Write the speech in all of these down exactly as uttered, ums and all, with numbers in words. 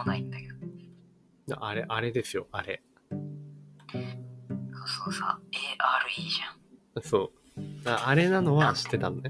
もないんだけど。 あれ、あれですよ、あれ。 そうそうさ、エーアールイー じゃん。 そう。あ, あれなのは知ってたのね。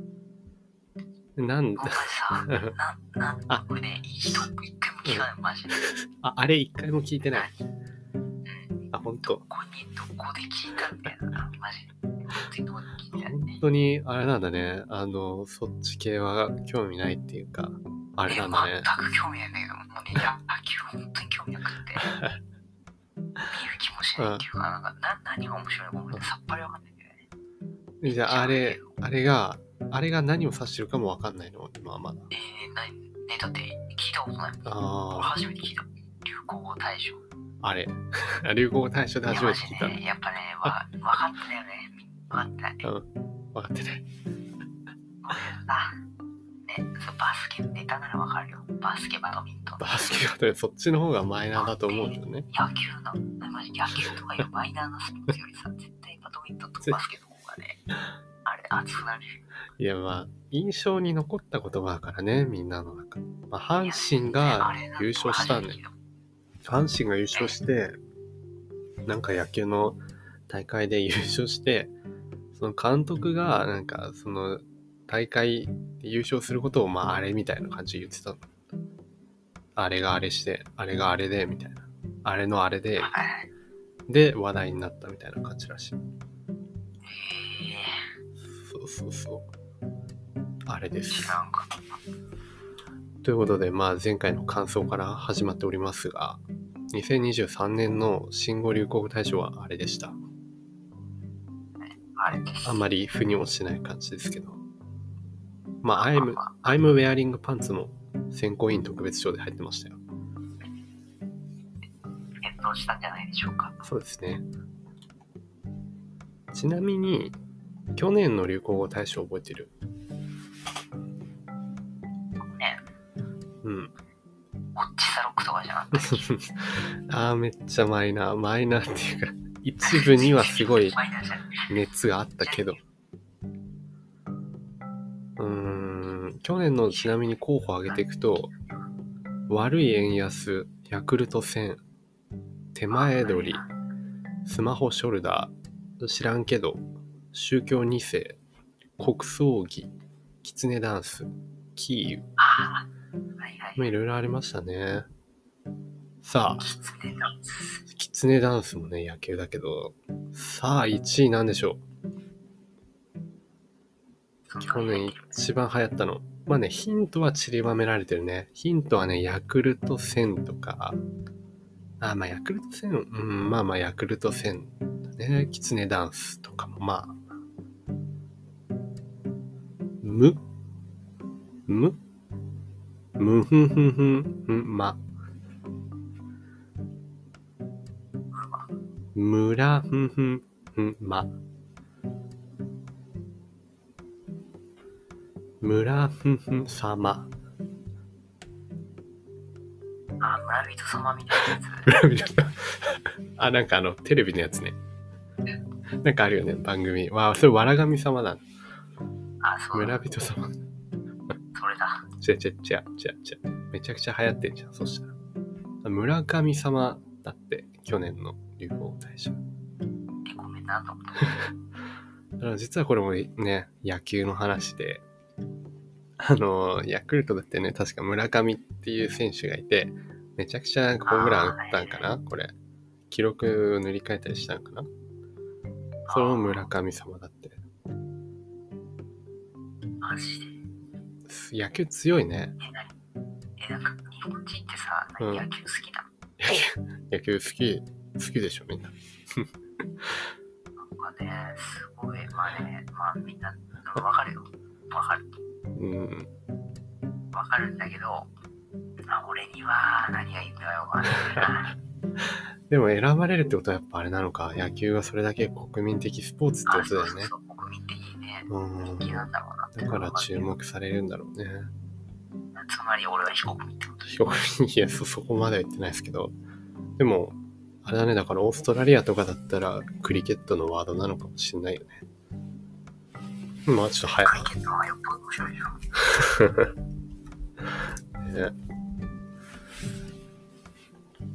なんだ。 お前さ、な、なん、これね、いい人一回も聞かない、マジで。 あ、あれ一回も聞いてない。あ、ほんと。 どこに、どこで聞いたんだよな、マジで。本当にどこで聞いたんだよ。 本当に、あれなんだね。あの、そっち系は興味ないっていうか、あれなんだね。 全く興味ないんだけど、もうね、野球本当に興味なくて。見る気もしないっていうか、なんか、な、何が面白いのかもさっぱりわかんないんだよね。 じゃあ、あれ、あれが、あれが何を指してるかもわかんないの、今はまだ。 えー、なに、ね、だって聞いたことないもん。 あ俺初めて聞いた。流行語大賞。 あれ。流行語大賞で初めて聞いた。 いや、やっぱね、わ、分かってないよね。分かってない。 うん。分かってない。 これさ、ね、そうバスケのネタならわかるよ。バスケ、バドミントン。 バスケはね、そっちの方がマイナーだと思うけどね。 野球な、マジ野球とかいうマイナーなスポーツよりさ、絶対バドミントンとバスケの方がね、あれ、熱くなるよ。 いや、まあ、印象に残った言葉だからね、みんなの中。まあ、阪神が優勝したんだよ。阪神が優勝して、なんか野球の大会で優勝して、その監督が、なんか、その大会で優勝することを、まあ、あれみたいな感じで言ってたの。あれがあれして、あれがあれで、みたいな。あれのあれで、で、話題になったみたいな感じらしい。そうそうそう。あれです。 知らんかった。 ということで、まあ、前回の感想から始まっておりますが、にせんにじゅうさんねんの新語・流行語大賞はあれでした。 あれです。 あんまり腑に落ちない感じですけど。まあ、I'm, I'm wearing pants の選考委員特別賞で入ってましたよ。 検討したんじゃないでしょうか。 そうですね。ちなみに、去年の流行語大賞覚えてる？ ね。 うん。 オッチサロックとかじゃなくて。 あー、めっちゃマイナー。マイナーっていうか、一部にはすごい熱があったけど。うーん、去年のちなみに候補を挙げていくと、悪い円安、ヤクルトせん、手前取り、スマホショルダー、知らんけど、宗教に世、国葬儀、キツネダンス、キーウ。 ああ、はいはい。 まあいろいろありましたね。さあ、 キツネダンス。 キツネダンスもね、野球だけど、さあいちいなんでしょう。去年一番流行ったの。まあね、ヒントは散りばめられてるね。ヒントはね、ヤクルトせんとか、あ、まあヤクルトせん、うん、まあまあヤクルトせんだね。キツネダンスとかもまあ、む、む、むふんふんふん、ん、ま、むらふんふん、ん、ま、むらふんふんさま。 あ、村人様みたいなやつ。 村人様。あ、なんかあの、テレビのやつね。なんかあるよね、番組。わあ、それ、わらがみ様だ。 あ、そうだ。 村人様。 それだ。 違う違う違う違う違う。めちゃくちゃ流行ってんじゃん、そしたら。村神様だって、去年の流行語大賞。 え、ごめんなと思った。 だから実はこれもね、野球の話で、あの、ヤクルトだってね、確か村上っていう選手がいて、めちゃくちゃなんかホームラン打ったんかな、これ。記録塗り替えたりしたんかな。それも村神様だって。 マジで。 野球強いね。 え、なにえ、なんか日本人ってさ、 うん、 野球好きなの？ 野球、野球好き、好きでしょ、みんな。 なんかね、すごい、まあね、まあみんな、わかるよ。わかる。 うん。 わかるんだけど、あ、俺には何がいいんだよ、わかんないな。 でも選ばれるってことはやっぱあれなのか。野球がそれだけ国民的スポーツってことだよね。 そうそうそう、国民的にね、 うん。 人気なんだろうなって。 だから注目されるんだろうね。 つまり俺は非国民ってこと？ 非国民、いや、そ、そこまでは言ってないですけど。でも、あれだね、だからオーストラリアとかだったらクリケットのワードなのかもしれないよね。まあちょっと早い。 クリケットはよっぽど面白いでしょ。 ね、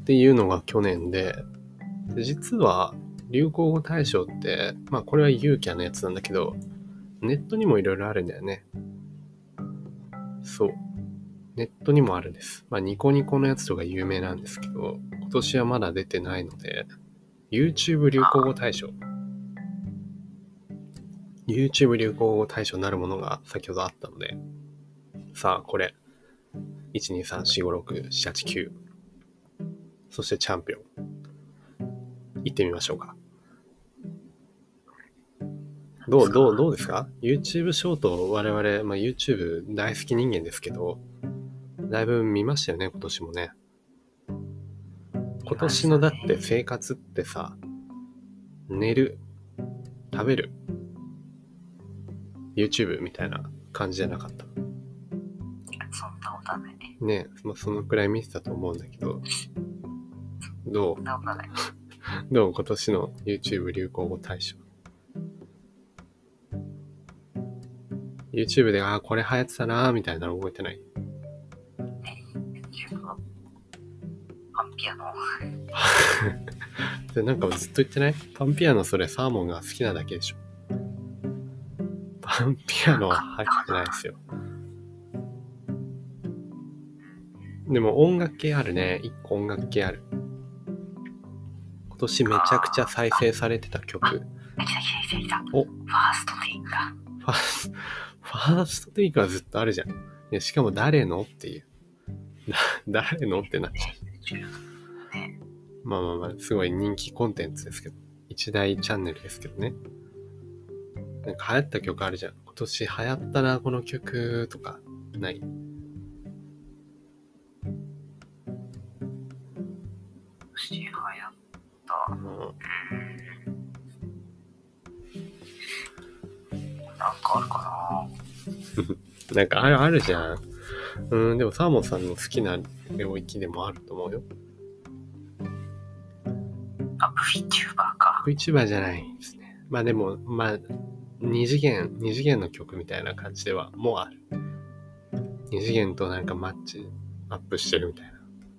っていうのが去年で、で実は流行語大賞って、まあこれはユーキャンのやつなんだけど、ネットにもいろいろあるんだよね。そう。ネットにもあるんです。まあニコニコのやつとか有名なんですけど、今年はまだ出てないので、YouTube 流行語大賞。YouTube 流行語大賞になるものが先ほどあったので、さあこれ、いち、に、さん、よん、ご、ろく、なな、はち、きゅう。そしてチャンピオン。行ってみましょうか。どう、どう、どうですか？ YouTube ショート、我々、まあ、YouTube 大好き人間ですけど、だいぶ見ましたよね、今年もね。今年のだって生活ってさ、寝る、食べる、YouTube みたいな感じじゃなかった。 そんなことはないね。まあ、そのくらい見てたと思うんだけど、どうそんなことはないどう今年の YouTube 流行語大賞。YouTube で、ああ、これ流行ってたなーみたいなの覚えてない？ パンピアノでなんかずっと言ってない？パンピアノそれサーモンが好きなだけでしょ。パンピアノは入ってないですよ。でも音楽系あるね。一個音楽系ある。今年めちゃくちゃ再生されてた曲。 来た来た来た来た。 お、 ファーストテイクだ。 ファースト、ファーストテイクはずっとあるじゃん。でしかも誰のっていう。誰のってなっちゃう。 ね、 まあまあまあ、すごい人気コンテンツですけど。一大チャンネルですけどね。なんか流行った曲あるじゃん。今年流行ったな、この曲とか。ない？ 今年流行った。 うん、 なんかあるかななんかある、あるじゃん。うん、でもサーモンさんの好きな領域でもあると思うよ。 な。あ、VTuber か。 VTuber じゃないですね。まあでも、まあ、二次元、二次元の曲みたいな感じではもうある。二次元となんかマッチアップしてるみたい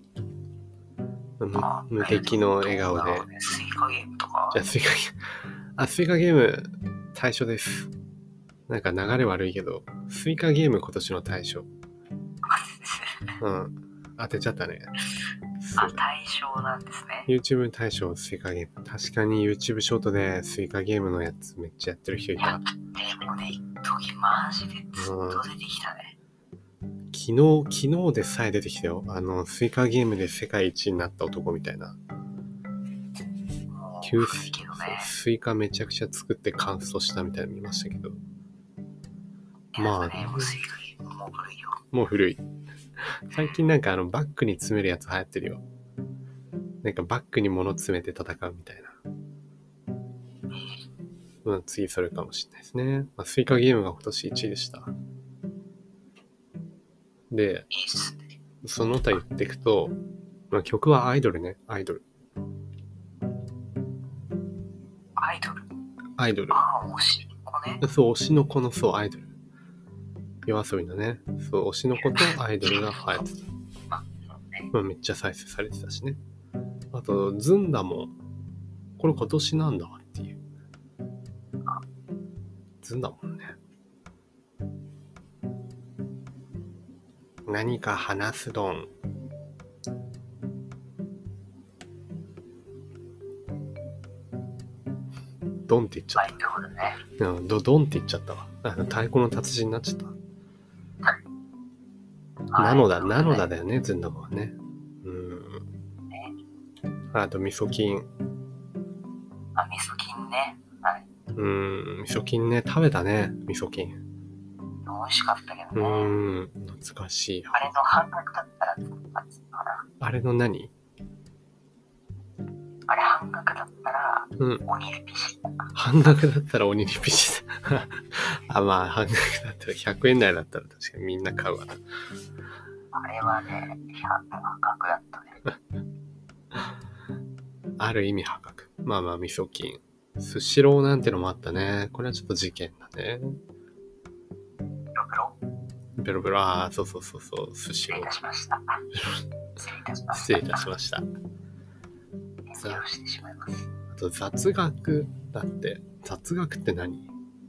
な。無敵の笑顔で。 スイカゲームとか。 じゃあスイカゲーム。あ、スイカゲーム対象です。なんか流れ悪いけど、スイカゲーム今年の対象。うん。当てちゃったね。 あ、対象なんですね。 YouTube 対象スイカゲーム。確かに YouTube ショートでスイカゲームのやつめっちゃやってる人いた。 いや、でもね、一時マジでずっと出てきたね。 うん、昨日、昨日でさえ出てきたよ。あの、スイカゲームで世界一になった男みたいな。 古いけどね。 スイカめちゃくちゃ作ってカンストしたみたいなの見ましたけど。 まあ、ね、もうスイカゲームもう古いよ。 もう古い。最近なんかあのバッグに詰めるやつ流行ってるよ。なんかバッグに物詰めて戦うみたいな。うん、次それかもしれないですね。まあ、スイカゲームが今年いちいでした。で、 いいっすね。 その他言っていくと、まあ、曲はアイドルね、アイドル。 アイドルアイドル。 ああ、推しの子ね。 そう、推しの子のそう、アイドル。夜遊びのね、そう、推しの子とアイドルが流行ってた。 まあ、そうね。 まあ、めっちゃ再生されてたしね。あと、ズンダも、これ今年なんだっていう。ズンダもんね。何か話すドン。ドンって言っちゃった。 なるほどね。 うん、ドドンって言っちゃったわ。あの太鼓の達人になっちゃった。なのだ、なのだだよね、ズンダもはね。うん。あと、味噌菌。 あ、味噌菌ね。はい。 うん、味噌菌ね、食べたね、味噌菌。 美味しかったけどね。 うん、懐かしい。 あれの半額だったら、あらあれの何？ あれ半額だったら、 うん。 鬼リピシだ。 半額だったら鬼リピシだ。あ、まあ、半額だったらひゃくえん台だったら確かにみんな買うわな。 あれはね、半額だったね。 ある意味破格。まあまあ、味噌菌。スシローなんてのもあったね。これはちょっと事件だね。 ベロベロベロベロ、ああ、そうそうそうそう、スシロー。 失礼いたしました。失礼いたしました。 失礼いたしました。 をしてしまいます。 あと雑学だって、雑学って何？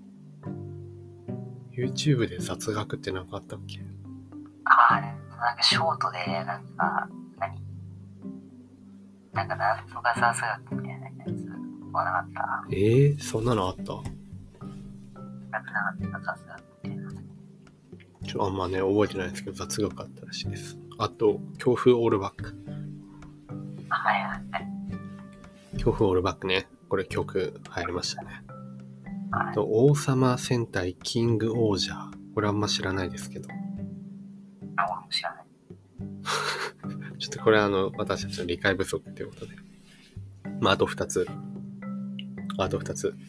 YouTube で雑学って何かあったっけ？ ああ、なんかショートで、なんか、何なんかなんとか雑学みたいなやつ、もなかった？ えー、そんなのあった？ なんかなかった雑学みたいな。 ちょあんまね覚えてないですけど雑学あったらしいです。あと強風オールバック。 はいはいはい。 強風オールバックね。これ曲入りましたね。 はい、 あと王様戦隊キングオージャー。これあんま知らないですけど。 あ、俺も知らない。 ちょっとこれはあの私たちの理解不足ということで。まああとふたつ。あとふたつ。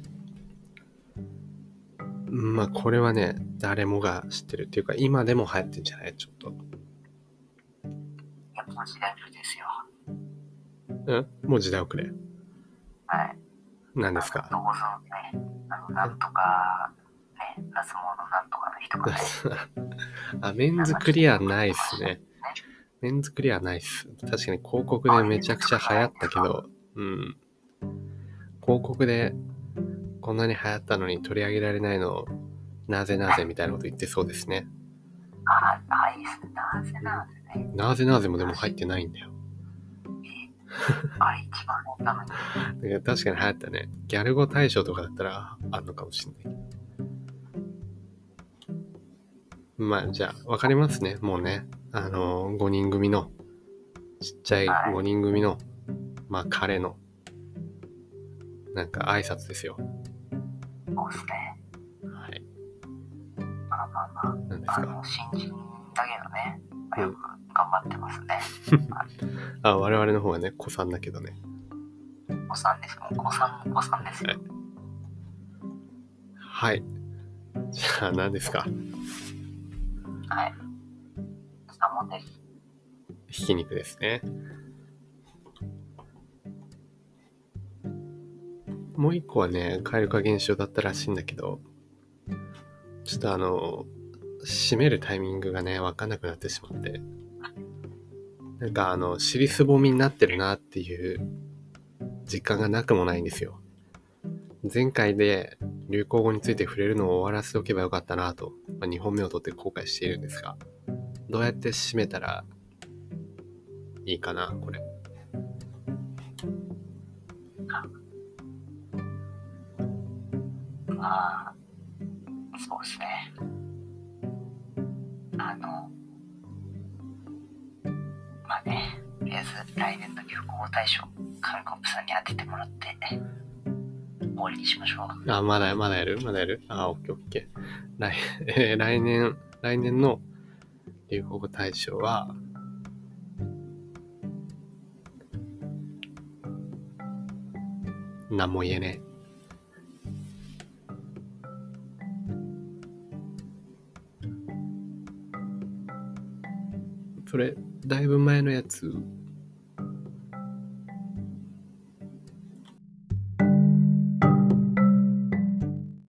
まあこれはね誰もが知ってるっていうか今でも流行ってんじゃない？ちょっと。 いや、もう時代古いですよ。 うん？もう時代遅れ。 はい。 何ですか？ どうぞね。あの、なんとか、ね、脱毛のなんとかの人がね。 あ、メンズクリアないっすね。メンズクリアないっす。確かに広告でめちゃくちゃ流行ったけど、うん。広告でこんなに流行ったのに取り上げられないのなぜなぜみたいなこと言ってそうですね。 ああ、いいっすね。なぜなぜね。 なぜなぜもでも入ってないんだよ。 あれ一番流行ったのに。 だから確かに流行ったね。ギャル語大賞とかだったらあんのかもしれない。まあじゃあ分かりますね。もうね。あのー、ごにん組のちっちゃいごにん組の、まあ彼のなんか挨拶ですよ。 そうっすね。 はい。 まあまあまあ。 何ですか？ あの、新人だけどね。よく頑張ってますね。 あ、我々の方はね、子さんだけどね。 子さんですよ。子さんの子さんですよ。 はい。はい。じゃあ何ですか？ はい。サモンです。 ひき肉ですね。もう一個はね、蛙化現象だったらしいんだけど、ちょっとあの、締めるタイミングがね、わかんなくなってしまって、なんかあの、尻すぼみになってるなっていう実感がなくもないんですよ。前回で流行語について触れるのを終わらせておけばよかったなと、まあ、にほんめを取って後悔しているんですが、どうやって締めたらいいかな、これ。 まあ、そうですね。あの、まあね、とりあえず来年の流行語大賞、カルコップさんに当ててもらって、終わりにしましょう。 あ、まだ、まだやるまだやるあ、オッケーオッケー。来、えー来年、来年の流行語大賞は、なんも言えねえ。それ、だいぶ前のやつ